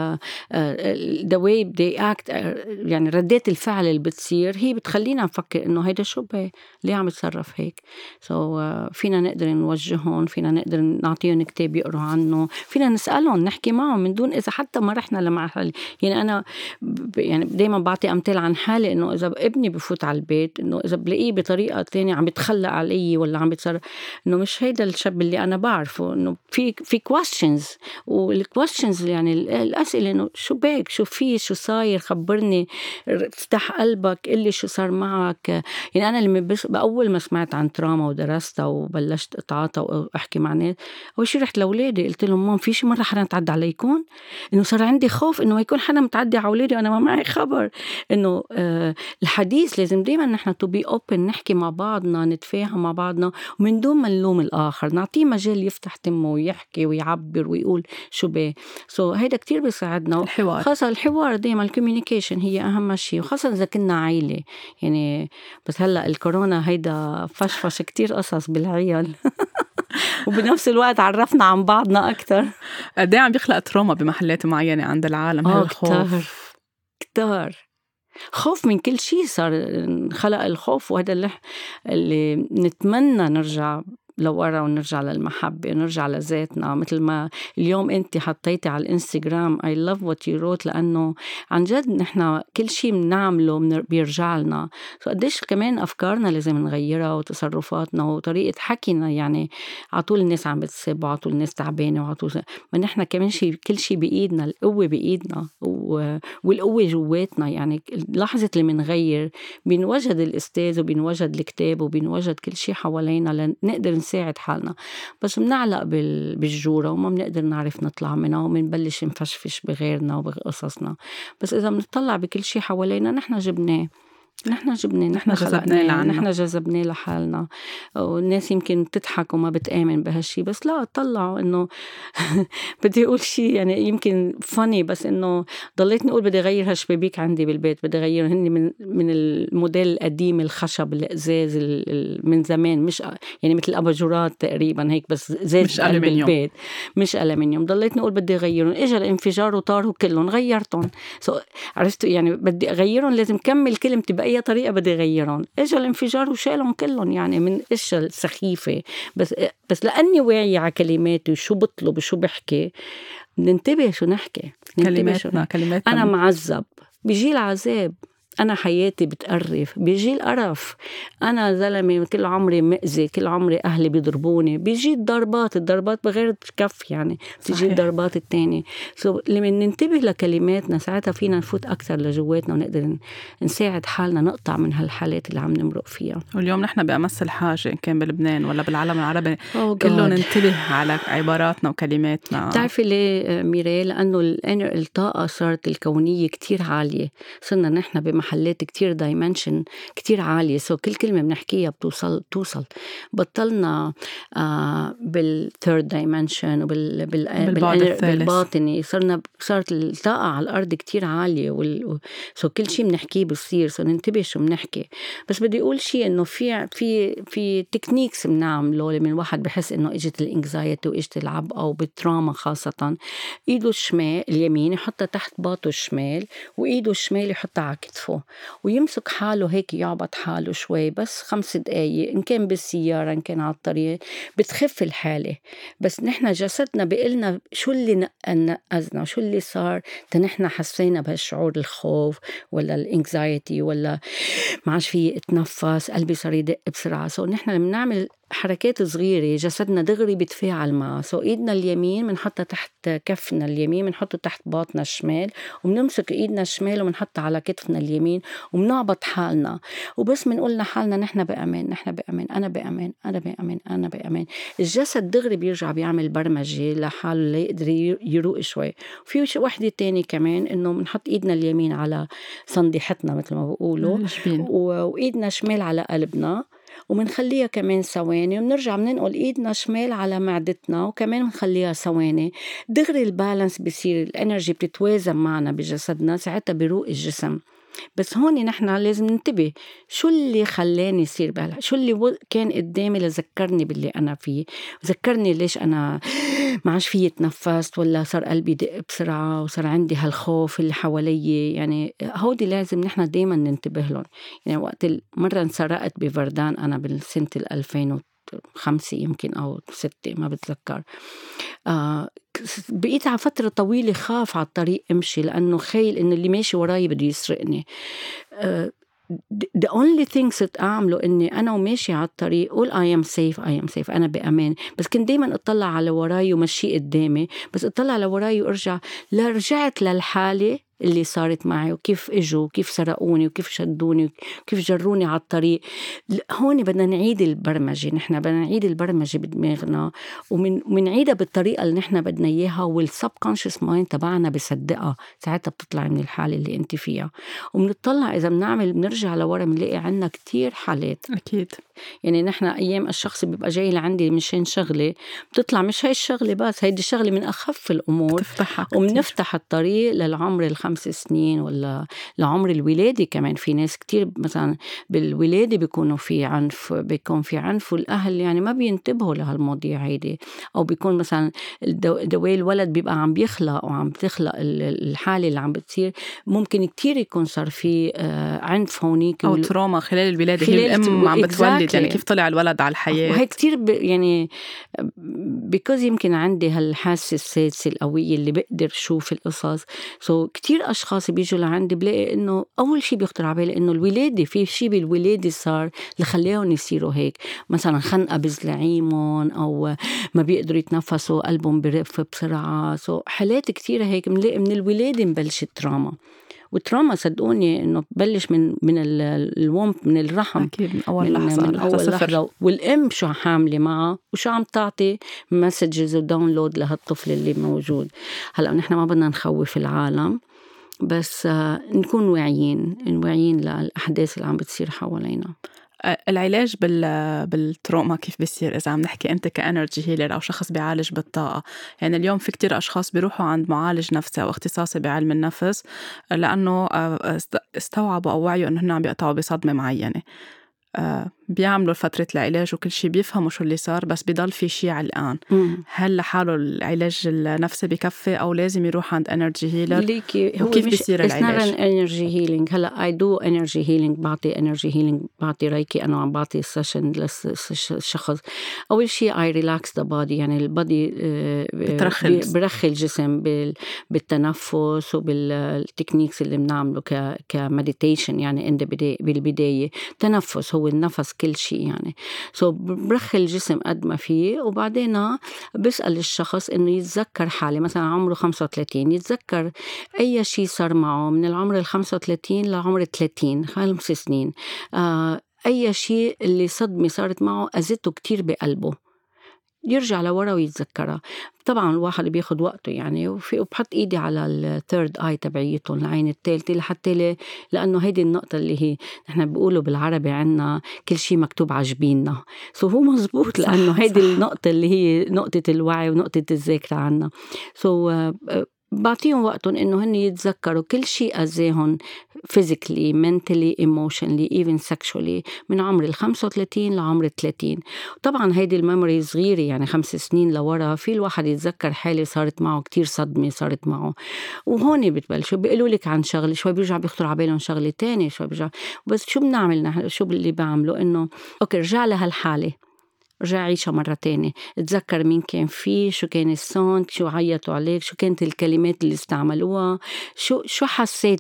the way they act، يعني ردات الفعل اللي بتصير هي بتخلينا نفكر إنه هيدا شو بي ليه عم يتصرف هيك. so فينا نقدر نوجههم، فينا نقدر نعطيهم كتاب يقروا عنه، فينا نسألهم نحكي معهم من دون إذا حتى ما رحنا لمرحلة. يعني أنا يعني دايما بعطي أمثال عن حالي إنه إذا ابني بفوت على البيت إنه إذا بلاقيه بطريقة تانية عم بيتخلق علي ولا عم بيتصرف إنه مش هيدا الشاب اللي أنا بعرفه، إنه في في questions، والquestions يعني الأسئلة إنه شو بيك، شو في، شو صاير، خبرني، افتح قلبك، قلي شو صار معك. يعني أنا لما بس بأول ما سمعت عن تراما ودرستها وبلشت أتعاطى وأحكي مع ناس، أول شي رحت لأولادي قلت لهم مام في شي مرة حدا متعدى عليكم؟ إنه صار عندي خوف إنه ما يكون حدا متعدي على أولادي وأنا ما معي خبر. إنه آه الحديث لازم دايما نحن to be open، نحكي مع بعضنا، نتفاهم مع بعضنا ومن دون ما نلوم الآخر، نعطيه مجال يفتح تمه ويحكي ويعبر ويقول شو بيه. سو so, هيدا كتير بيساعدنا الحوار. خاصة الحوار دايما الكوميونيكيشن هي أهم شيء، وخاصة إذا كنا عائلة يعني. بس هلأ الكورونا هيدا فشفش كتير قصص بالعيال وبنفس الوقت عرفنا عن بعضنا أكتر. قد ايه عم بيخلق تروما بمحلات معينة عند العالم هالخوف؟ كتار خوف من كل شيء صار خلق الخوف، وهذا اللي, اللي نتمنى نرجع لورا ونرجع للمحبة ونرجع لذاتنا. مثل ما اليوم أنت حطيتي على الإنستغرام I love what you wrote، لأنه عن جد نحن كل شيء بنعمله بيرجع لنا. قديش كمان أفكارنا لازم نغيرها وتصرفاتنا وطريقة حكينا، يعني عطول الناس عم بتسب وعطول الناس تعبانة وعطول ما نحن كمان شيء، كل شيء بإيدنا، القوة بإيدنا والقوة جواتنا. يعني لحظة اللي منغير بنوجد الأستاذ وبنوجد الكتاب وبنوجد كل شيء حوالينا لنقدر نساعد حالنا. بس بنعلق بالجورة وما بنقدر نعرف نطلع منها ومنبلش نفشفش بغيرنا وبقصصنا. بس إذا بنطلع بكل شيء حوالينا نحن جبناه، نحن جبناه، نحن جذبناه، نحن جذبناه لحالنا. والناس يمكن تضحك وما بتآمن بهالشي، بس لا طلعوا إنه بدي أقول شيء يعني يمكن فاني، بس إنه ضليت نقول بدي أغير هالشبابيك عندي بالبيت، بدي أغير هني من من الموديل القديم الخشب الإزاز من زمان، مش يعني مثل الأباجورات تقريبا هيك بس زيت قلب البيت مش ألمنيوم. ضليت نقول بدي أغيرهم، إجا الانفجار وطاروا كلهم، غيرتهم. سو عرفتوا يعني بدي أغيرهم لازم كمل كلمتي بأي طريقة بدي أغيرهم. إجا الانفجار وشالهم كلهم، يعني من إيش السخيفة. بس بس لأني واعية على كلماتي وشو بطلب وشو بحكي، ننتبه شو نحكي. كلماتنا كلماتنا أنا معذب، بيجي العذاب، أنا حياتي بتقرف، بيجي القرف، أنا زلمة كل عمري مأذي، كل عمري أهلي بيضربوني، بيجي الضربات الضربات بغير كف يعني بتجي الضربات التانية. سو لما ننتبه لكلماتنا ساعتها فينا نفوت أكثر لجواتنا ونقدر نساعد حالنا نقطع من هالحالات اللي عم نمرق فيها. واليوم نحن بأمس الحاجة إن كان بلبنان ولا بالعالم العربي كله ننتبه على عباراتنا وكلماتنا. بتعرفي ليه ميري؟ لأنه الطاقة صارت الكونية كتير عالية، صرنا نحن بمحل محلات كتير دايمنشن كتير عالية، سو كل كلمة بنحكيها بتوصل توصل بطلنا آه بالثيرد دايمنشن وبال بال بالبعد بال الثالث. بالباطني، صرنا صارت الطاقة على الأرض كتير عالية وال... سو كل شيء بنحكيه بصير، سو ننتبه شو بنحكي. بس بدي أقول شيء إنه في في في تكنيكس بنعمله لمن الواحد بحس إنه إجت الانكزايتي وإجت العبء أو بالتراما، خاصة إيده الشمال اليمين يحطها تحت باطه الشمال، وإيده الشمال يحطها على كتفه، ويمسك حاله هيك يعبط حاله شوي بس خمس دقايق، إن كان بالسيارة إن كان على الطريق، بتخف الحالة. بس نحن جسدنا بيقلنا شو اللي نقزنا، شو اللي صار تنحنا حسينا بهالشعور الخوف ولا الانكزايتي ولا ما عادش في اتنفس، قلبي صار يدق بسرعة. سو نحن لما نعمل حركات صغيرة جسدنا دغري بيتفاعل معها. سو ايدنا اليمين بنحطها تحت كفنا اليمين، بنحطه تحت باطنا الشمال، وبنمسك ايدنا الشمال وبنحطها على كتفنا اليمين، وبنعبط حالنا وبس بنقول لحالنا نحن بأمان، نحن بأمان، أنا بأمان، أنا بأمان، أنا بأمان. الجسد دغري بيرجع بيعمل برمجة لحاله ليقدر يروق شوي. وفي وحدة تاني كمان إنه بنحط إيدنا اليمين على صنديحتنا مثل ما بقولوا، وإيدنا شمال على قلبنا، ومنخليها كمان ثواني، ومنرجع مننقل إيدنا شمال على معدتنا وكمان منخليها ثواني. دغري البالانس بيصير، الانرجي بتتوازن معنا بجسدنا، ساعتها بيروق الجسم. بس هون نحن لازم ننتبه شو اللي خلاني يصير بهلا، شو اللي كان قدامي لذكرني باللي أنا فيه، ذكرني ليش أنا ما عادش فيي تنفست، ولا صار قلبي دق بسرعة، وصار عندي هالخوف اللي حوالي. يعني هودي لازم نحن دايما ننتبه لهم. يعني وقت مرة انسرقت بفردان أنا بالسنة الألفين وخمسة يمكن أو ستة ما بتذكر، آه بقيت على فترة طويلة خاف على الطريق امشي، لأنه خيل إن اللي ماشي وراي بده يسرقني. آه the only things that أعمله إني أنا وماشي على الطريق قول I am safe I am safe أنا بأمان. بس كنت دايما أطلع على وراي ومشي قدامي، بس أطلع على وراي وأرجع، لا رجعت للحالة اللي صارت معي وكيف إجوا وكيف سرقوني وكيف شدوني وكيف جروني على الطريق. هون بدنا نعيد البرمجة، نحن بدنا نعيد البرمجة بدماغنا ومنعيدها بالطريقة اللي نحن بدنا إياها، والسبكونشس مايند تبعنا بصدقها، ساعتها بتطلع من الحالة اللي أنت فيها. ومنطلع إذا بنعمل بنرجع لورا بنلاقي عنا كتير حالات. أكيد. يعني نحن أيام الشخص بيبقى جاي لعندي مشان شغلة، بتطلع مش هاي الشغلة بس، هيدي الشغلة من أخف الأمور، ومنفتح الطريق للعمر الخمس سنين ولا لعمر الولادة. كمان في ناس كتير مثلا بالولادة بيكونوا في عنف، بيكون في عنف، والأهل يعني ما بينتبهوا لهالمواضيع هيدي، أو بيكون مثلا دوال الولد بيبقى عم بيخلق وعم بتخلق الحالة اللي عم بتصير، ممكن كتير يكون صار في عنف هونيك أو تروما خلال الولادة، خلال هي الأم عم بتولد exactly. يعني كيف طلع الولد على الحياة. وهي كتير ب... يعني because يمكن عندي هالحاسة السادسة القوية اللي بقدر شوف القصص. سو so كتير أشخاص بيجوا لعندي بلاقي إنه أول شي بيخطر على بالي إنه الولادة، في شي بالولادة صار اللي خليهم يصيروا هيك، مثلا خنقة بزلعيمهم أو ما بيقدروا يتنفسوا، قلبهم برف بسرعة. سو so حالات كتيرة هيك بنلاقي من الولادة مبلشت تراما. وتراما صدقوني إنه ببلش من من الومب، من الرحم، أكيد من أول من لحظة، من أول صفر. لحظة. والأم شو حاملة معها وشو عم تعطي مسجز وداونلود لهالطفل اللي موجود. هلأ نحن ما بدنا نخوف العالم، بس نكون واعيين واعيين للأحداث اللي عم بتصير حوالينا. العلاج بال بالتروما كيف بيصير إذا عم نحكي أنت كأنرجي هيلر أو شخص بيعالج بالطاقة؟ يعني اليوم في كتير أشخاص بيروحوا عند معالج نفسي أو اختصاصي بعلم النفس لأنه استوعبوا أو وعيوا أنه هن عم بيقطعوا بصدمة معينة، بيعملوا فترة العلاج وكل شيء، بيفهموا شو اللي صار، بس بيضل في شيء علقان. هل لحاله العلاج النفسي بكفي أو لازم يروح عند energy healer؟ وكيف بيصير العلاج؟ It's not an energy healing. هلأ I do energy healing، بعطي energy healing، بعطي ريكي أنا وعم بعطي سيشن للشخص. أول شيء I relax the body، يعني البادي برخي الجسم بالتنفس وبالتكنيكس اللي بنعمله ك كمديتيشن. يعني عند بالبداية تنفس هو النفس كل شيء يعني. سو so برخي الجسم قد ما فيه، وبعدين بسأل الشخص إنه يتذكر حالي مثلا عمره خمسة وثلاثين، يتذكر أي شيء صار معه من العمر الخمسة وثلاثين لعمر ثلاثين، خمس سنين. آه أي شيء اللي صدمة صارت معه أذته كتير بقلبه، يرجع لورا ويتذكرها. طبعا الواحد بياخد وقته يعني، وفي وبحط ايدي على الثيرد اي تبعيتهم، العين الثالثه، لحتى لي لانه هيدي النقطه اللي هي نحن بيقولوا بالعربي عنا كل شيء مكتوب عجبيننا، سو هو مزبوط لانه هيدي النقطه اللي هي نقطه الوعي ونقطه الذاكره عنا. سو بعطيهم وقتهم إنه هن يتذكروا كل شيء أذاهم physically, mentally, emotionally, even sexually من عمر الخمسة وثلاثين لعمر الثلاثين. طبعا هيدي الميموري صغيرة يعني خمس سنين لورا، في الواحد يتذكر حالة صارت معه كتير صدمة صارت معه، وهون بتبلشوا بيقولوا لك عن شغلة، شوي بيرجع بيخطر عبالهم شغلة تانية، شوي بيرجع. بس شو بنعمل نحن؟ شو اللي بعمله؟ إنه أوكي رجع لهالحالة، رجع عيشها مرة تانية، تذكر مين كان فيه، شو كان الساوند، شو عيطوا عليك، شو كانت الكلمات اللي استعملوها، شو شو حسيت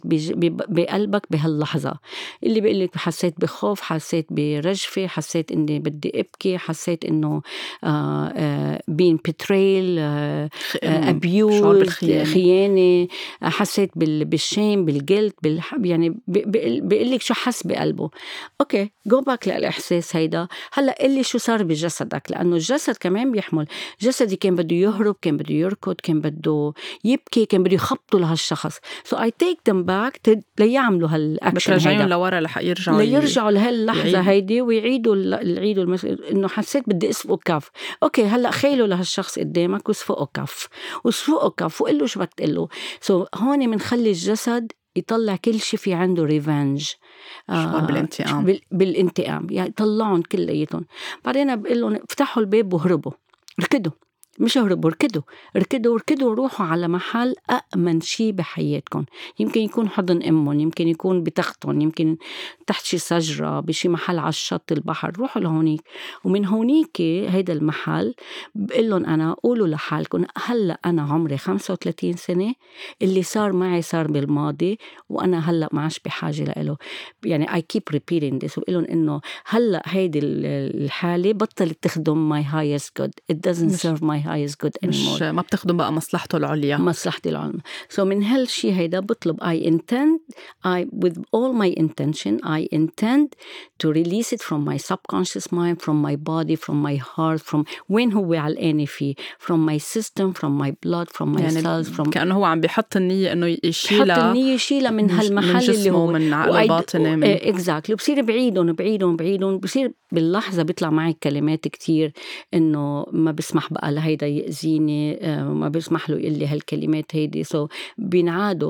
بقلبك بهاللحظة. اللي بيقلك حسيت بخوف، حسيت برجفة، حسيت إني بدي أبكي، حسيت إنه آه آه بين بتريل آه آه أبيوز خيانة، حسيت بالشيم بالجلد بالحب، يعني بيقلك شو حس بقلبه. أوكي جو باك للإحساس هيدا. هلأ اللي شو صار بجسدك، لأنه الجسد كمان بيحمل. جسدي كان بده يهرب، كان بده يركض، كان بده يبكي، كان بده يخبطوا لهالشخص. so I take them back ليعملوا هالأكشن هيدا، بترجعيهم لورا لح يرجعوا ليرجعوا لهاللحظة هيدي ويعيدوا يعيدوا المس... إنه حسيت بدي أسفق كف. أوكي هلأ خيلوا لهالشخص قدامك وسفقوا كف وسفقوا كف وقلوا شو بدك تقله. so هون منخلي الجسد يطلع كل شي في عنده ريفنج، شعور آه بالانتقام بال... بالانتقام، يعني طلعون كلياتهم. بعدين بقول لهم افتحوا الباب وهربوا، ركضوا، مش هربوا، ركضوا ركضوا ركضوا وروحوا على محل أأمن شي بحياتكم. يمكن يكون حضن أمهم، يمكن يكون بتختهم، يمكن تحت شي شجرة بشي محل على الشط البحر. روحوا لهونيك، ومن هونيك هيدا المحل بقول لهم أنا قولوا لحالكم هلأ أنا عمري خمسة وثلاثين سنة، اللي صار معي صار بالماضي وأنا هلأ ما عاش بحاجة لإله. يعني I keep repeating this، وبقول لهم إنه هلأ هيدي الحالة بطلت تخدم my highest good، it doesn't serve my highest good anymore. مش ما بتخدم بقى مصلحته العليا، مصلحتي العليا. so من هالشي هيدا بطلب I intend I with all my intention I intend to release it from my subconscious mind, from my body, from my heart, from وين هو علقاني فيه، from my system, from my blood, from my يعني cells، from كأنه هو عم بيحط النية إنه يشيلها، بحط النية يشيلها من هالمحل اللي هو من عقله الباطني من... exactly. بصير بعيدهم بعيدهم بعيدهم، بصير باللحظة بيطلع معي كلمات كتير إنه ما بسمح بقى لهيدا يأذيني، ما بسمح له يقول لي هالكلمات هيدي. سو so بينعادوا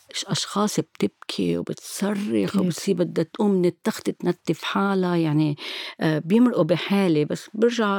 أشخاص بتبكي وبتصرخ وبتصير بدها تقوم من التخت تنتف حالها، يعني بيمرقوا بحالة. بس برجع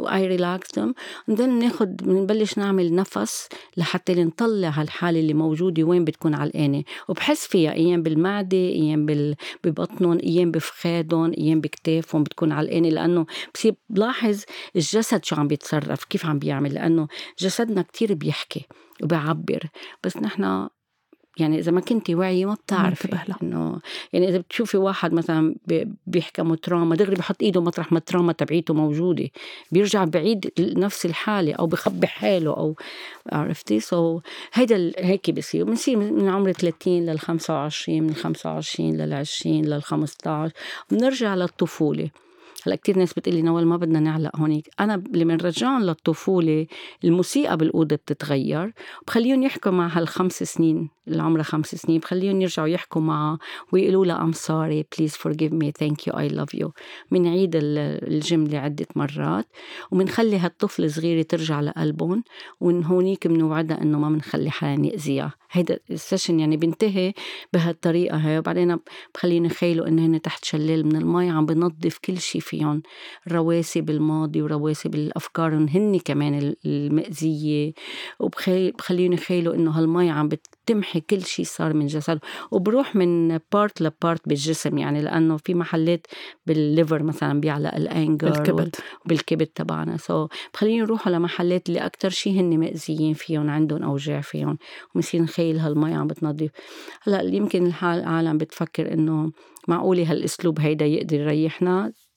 I relax them and then ناخد بنبلش نعمل نفس لحتى نطلع هالحالة اللي موجودة وين بتكون علقانة، وبحس فيها أيام بالمعدة، أيام ببطنهم، أيام بفخادهم، أيام بكتافهم بتكون علقانة، لأنه بصير بلاحظ الجسد شو عم بيتصرف كيف عم بيعمل، لأنه جسدنا كتير بيحكي وبيعبر، بس نحنا يعني إذا ما كنتي واعية ما بتعرفي إنه يعني إذا بتشوفي واحد مثلا بيحكي متراما دغري بحط إيده مطرح ما التراما تبعيته موجودة، بيرجع بعيد نفس الحالة أو بخبي حاله أو عرفتي. سو هيدا هيك بيصير. بنصير من عمر ثلاثين للخمسة وعشرين، من الخمسة وعشرين للعشرين للخمسة عشر بنرجع للطفولة. هلا كتير ناس بتقلي نوال ما بدنا نعلق هونيك. أنا اللي منرجعهم للطفولة الموسيقى بالأوضة بتتغير، بخليهم يحكوا مع هالخمس سنين اللي عمرها خمس سنين، بخليهم يرجعوا يحكوا معها ويقولوا لها I'm sorry, please forgive me, thank you, I love you. منعيد الجملة عدة مرات ومنخلي هالطفل صغيرة ترجع لقلبهم، ومن هونيك منوعدها إنه ما منخلي حدا يأذيها. هيدا السيشن يعني بنتهي بهالطريقة هاي، وبعدين بخليهم يخيلوا إنه هن تحت شلال من المي عم بنظف كل شي فيهم، رواسب الماضي ورواسب الأفكار هن كمان المأذية، وبخليهم يخيلوا إنه هالمي عم بتمحي كل شي صار من جسد وبروح من بارت لبارت بالجسم، يعني لأنه في محلات بالليفر مثلا بيعلق الأنجر بالكبد بالكبد تبعنا. سو بخليهم يروحوا لمحلات اللي أكتر شي هن مأذيين فيهم، عندهم أوجاع فيهم، ومسين نخيل هالمي عم بتنظف. هلأ يمكن العالم بتفكر إنه معقولة هالأسلوب هيدا يقدر يريحنا.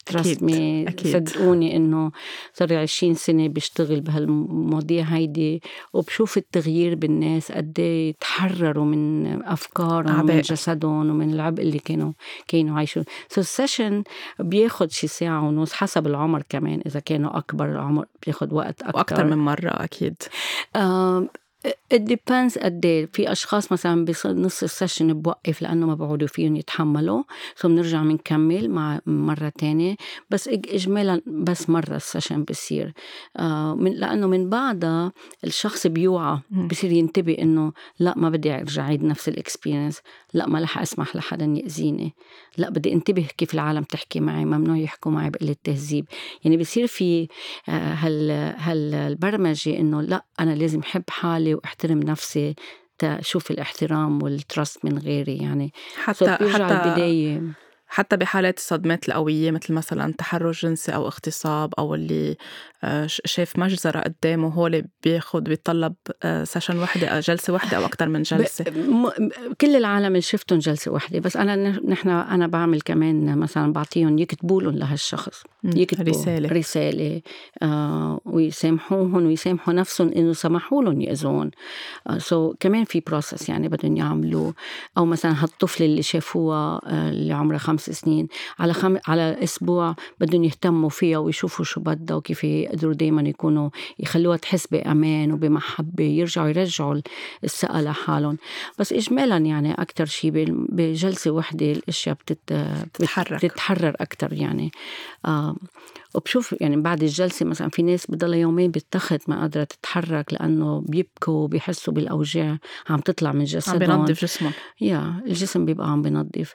trust me. أكيد. صدقوني إنه صار عشرين سنة بيشتغل بهالمواضيع هيدي وبشوف التغيير بالناس قد إيه تحرروا من أفكارهم ومن جسدهم ومن العبء اللي كانوا كانوا عايشون. so السيشن بياخد شي ساعة ونص حسب العمر كمان، إذا كانوا أكبر العمر بياخد وقت أكتر وأكتر من مرة أكيد. آه it depends قد ايه. في أشخاص مثلا بنص السيشن بوقف لأنه ما بعودوا فيهم يتحملوا، سو بنرجع منكمل مع مرة تانية، بس إجمالا بس مرة السيشن بصير آه من لأنه من بعدها الشخص بيوعى، بصير ينتبه إنه لا ما بدي أرجع عيد نفس الإكسبيرينس، لا ما رح أسمح لحدا يأذيني، لا بدي انتبه كيف العالم تحكي معي، ممنوع يحكوا معي بقلة تهذيب. يعني بصير في آه هال هالبرمجة إنه لا أنا لازم حب حالي واحترم نفسي تشوف الاحترام والترست من غيري. يعني حتى حتى البداية حتى بحالات الصدمات القوية مثل مثلا تحرش جنسي أو اغتصاب أو اللي شاف مجزرة قدامه، هو اللي بياخد بيطلب سيشن واحدة، جلسة واحدة أو أكتر من جلسة. كل العالم اللي شفتهم جلسة واحدة، بس أنا نحن أنا بعمل كمان مثلا بعطيهم يكتبوا لهم لهالشخص يكتبوا رسالة, رسالة آه ويسامحوهم ويسامحوا نفسهم إنه سمحوا لهم يأذون. آه سو كمان في بروسس يعني بدهم يعملوا. أو مثلا هالطفل اللي شافوها آه اللي عمره خمس سنين على خم... على أسبوع بدهم يهتموا فيها ويشوفوا شو بدها وكيف يقدروا دايما يكونوا يخلوها تحس بأمان وبمحبة، يرجعوا يرجعوا الثقة لحالهم. بس إجمالا يعني أكتر شيء بجلسة واحدة الأشياء بتت... بتتحرك بتتحرر أكتر يعني. آه وبشوف يعني بعد الجلسة مثلا في ناس بضل يومين بالتخت ما قادرة تتحرك لأنه بيبكوا وبيحسوا بالأوجاع عم تطلع من جسدهم، عم بينظف جسمهم، يا الجسم بيبقى عم بينظف.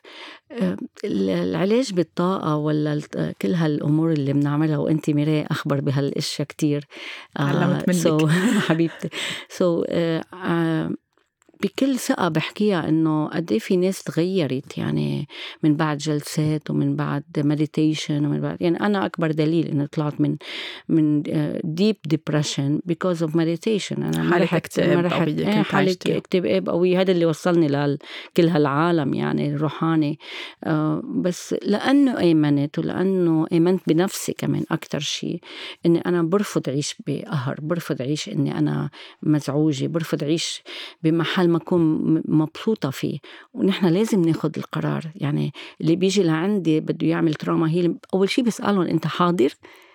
العلاج بالطاقة ولا كل هالأمور اللي بنعملها، وأنت ميراء أخبر بهالأشياء كتير علمت منك so حبيبتي. so uh, uh, بكل ثقة بحكيها إنه قديه في ناس تغيرت يعني من بعد جلسات ومن بعد مديتيشن ومن بعد، يعني أنا أكبر دليل إنه طلعت من من deep depression because of meditation. أنا ما رحت ما رحت حالة اكتئاب قوي، هذا اللي وصلني لكل هالعالم يعني الروحاني. آه بس لأنه آمنت ولأنه آمنت بنفسي كمان أكتر شيء، إني أنا برفض عيش بقهر، برفض عيش إني أنا مزعوجة، برفض عيش بمحل ما أكون مبسوطة فيه. ونحن لازم ناخد القرار. يعني اللي بيجي لعندي بده يعمل تراما هيلينج، أول شيء بسألهم أنت حاضر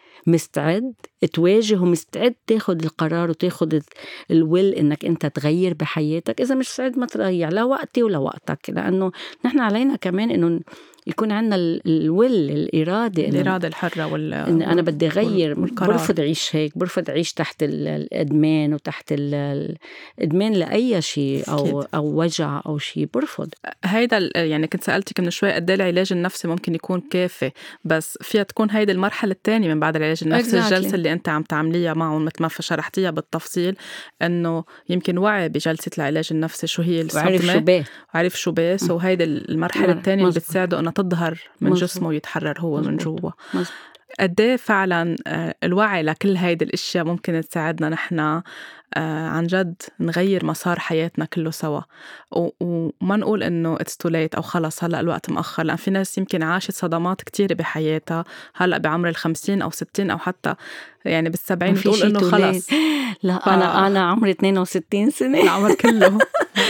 مستعد تواجه ومستعد تاخد القرار وتاخد الويل إنك أنت تغير بحياتك؟ إذا مش مستعد ما تغير، لا وقتي ولا وقتك، لأنه نحن علينا كمان إنه يكون عندنا الويل، الإرادة، الإرادة الحرة وال إن أنا بدي أغير. برفض عيش هيك، برفض عيش تحت الإدمان وتحت الإدمان لأي شيء أو أو وجع أو شيء، برفض. هيدا يعني كنت سألتك من شوي قد ايه العلاج النفسي ممكن يكون كافي، بس فيها تكون هيدا المرحلة الثانية من بعد العلاج النفسي. exactly. الجلسة اللي أنت عم تعمليها معهم مثل ما شرحتيها بالتفصيل، إنه يمكن وعي بجلسة العلاج النفسي شو هي الصدمة، وعرف شو بيه وعرف شو بيه سو هيدا المرحلة الثانية اللي بتساعده أنه تظهر من مزبوط. جسمه ويتحرر هو مزبوط. من جوا. قديه فعلا الوعي لكل هيدا الاشياء ممكن تساعدنا نحن عن جد نغير مسار حياتنا كله سوا، وما نقول انه it's too late او خلص هلأ الوقت مأخر، لأن في ناس يمكن عاشت صدمات كتيرة بحياتها هلأ بعمر الخمسين او ستين او حتى يعني بالسبعين بتقول انه خلص. لا ف... انا انا عمري اثنين وستين سنة، العمر كله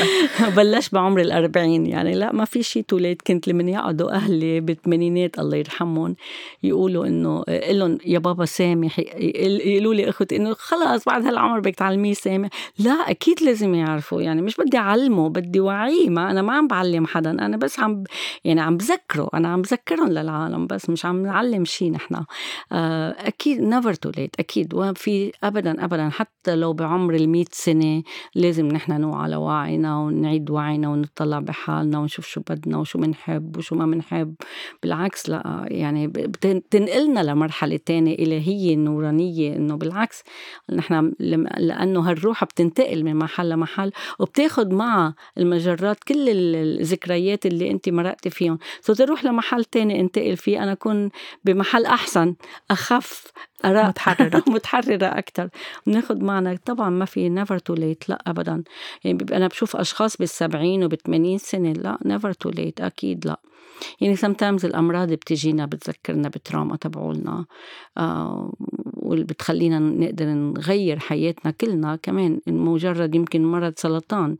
بلش بعمر الأربعين. يعني لا ما في شيء توليت. كنت لمن يقعدوا أهلي بالثمانينات الله يرحمهم يقولوا إنه قلن يا بابا سامح، يقولوا لي أخوتي إنه خلاص بعد هالعمر بدك تعلميه سامح. لا أكيد لازم يعرفوا، يعني مش بدي أعلمه، بدي وعيه. ما أنا ما عم بعلم حدا، أنا بس عم يعني عم بذكره، أنا عم بذكرهم للعالم بس مش عم نعلم شيء نحنا. أكيد never too late أكيد. وفي أبدا أبدا حتى لو بعمر المئة سنة لازم نحن نوعى على وعينا ونعيد وعينا ونطلع بحالنا ونشوف شو بدنا وشو منحب وشو ما منحب. بالعكس لا يعني بتنقلنا لمرحلة تانية إلهية نورانية، إنه بالعكس نحن لأنه هالروح بتنتقل من محل لمحل وبتاخد معها المجرات كل الذكريات اللي أنت مرقتي فيهم، فتروح لمحل تاني انتقل فيه. أنا أكون بمحل أحسن، أخف، آراء متحررة. متحررة أكتر. بناخد معنا طبعا ما في never too late، لا أبدا. يعني أنا بشوف أشخاص بالسبعين وبالثمانين سنة، لا never too late أكيد لا. يعني sometimes الأمراض بتجينا بتذكرنا بالتراما تبعولنا، آه واللي بتخلينا نقدر نغير حياتنا كلنا. كمان مجرد يمكن مرض سرطان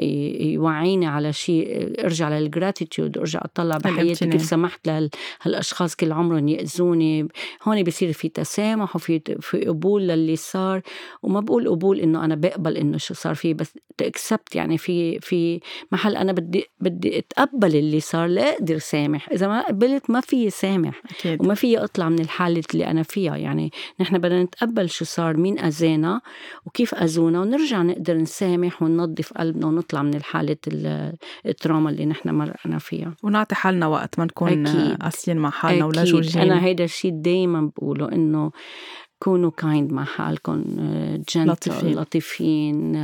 يوعيني على شيء، ارجع للجراتيتيود، ارجع اطلع بحياتي كيف سمحت لهالاشخاص كل عمرهم يأذوني. هون بيصير في تسامح وفي في قبول للي صار. وما بقول قبول انه انا بقبل انه شو صار فيه، بس تأكسبت. يعني في في محل انا بدي بدي اتقبل اللي صار، لا اقدر سامح. اذا ما قبلت ما في سامح أكيد. وما في اطلع من الحالة اللي انا فيها. يعني نحن بدنا نتقبل شو صار، مين أذانا وكيف أذونا، ونرجع نقدر نسامح وننظف قلبنا ونطلع من الحالة التراما اللي نحن مرقنا فيها، ونعطي حالنا وقت ما نكون قاسيين مع حالنا ولا جوجين. أنا هيدا الشيء دايما بقوله، إنه كونوا كايند مع حالكم، جنتل لطيفين،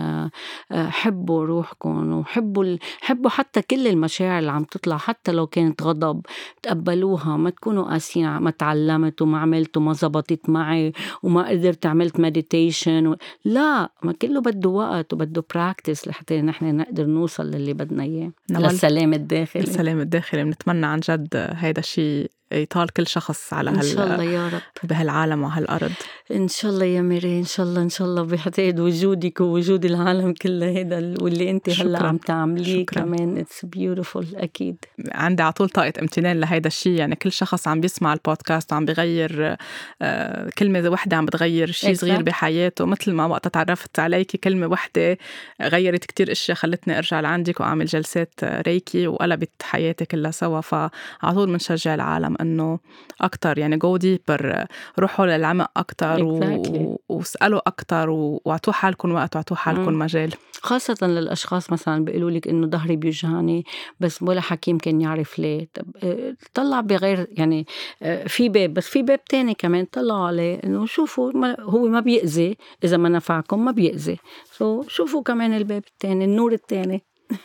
حبوا روحكم وحبوا حبوا حتى كل المشاعر اللي عم تطلع، حتى لو كانت غضب تقبلوها. ما تكونوا قاسيين، ما تعلمت وما عملت وما زبطت معي وما قدرت عملت مديتيشن و... لا، ما كله بده وقت وبده براكتس لحتى نحن نقدر نوصل للي بدنا إياه، للسلام الداخلي. السلام الداخلي بنتمنى عن جد هيدا الشيء يطال كل شخص على هال... إن شاء الله يا رب بهالعالم وهالأرض. إن شاء الله يا ميري، إن شاء الله إن شاء الله بحتاج وجودك ووجود العالم كله هيدا واللي أنت هلا عم تعمليه كمان. It's beautiful. أكيد عندي على طول طاقة امتنان لهيدا الشيء. يعني كل شخص عم بيسمع البودكاست وعم بيغير آه كلمة واحدة عم بتغير شيء صغير بحياته. مثل ما وقت تعرفت عليكي كلمة واحدة غيرت كتير اشياء، خلتني ارجع لعندك واعمل جلسات ريكي وقلبت حياتي كلها سوا. فعلى طول بنشجع العالم انه اكتر، يعني go deeper، روحوا للعمق اكتر exactly. و... واسألوا اكتر واعطوا حالكم وقت واعطوا حالكم م. مجال. خاصة للأشخاص مثلا بيقولوا لك إنه ظهري بيوجعني بس ولا حكيم كان يعرف ليه. طلع بغير يعني في باب، بس في باب تاني كمان طلعوا عليه إنه شوفوا هو ما بيأذي، إذا ما نفعكم ما بيأذي، so شوفوا كمان الباب التاني، النور التاني.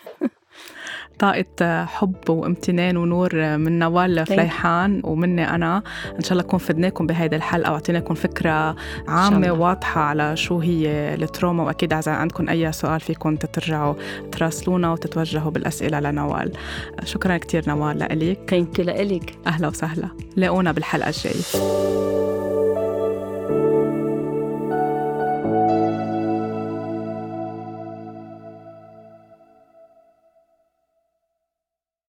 طاقة حب وامتنان ونور من نوال فليحان ومني أنا. إن شاء الله نكون فدناكم بهيدا الحلقة وعطيناكم فكرة عامة واضحة على شو هي التروما. وأكيد إذا عندكم أي سؤال فيكم تترجعوا تراسلونا وتتوجهوا بالأسئلة لنوال. شكرا كتير نوال لإليك. كنت لإليك. أهلا وسهلا، لاقونا بالحلقة الجاية.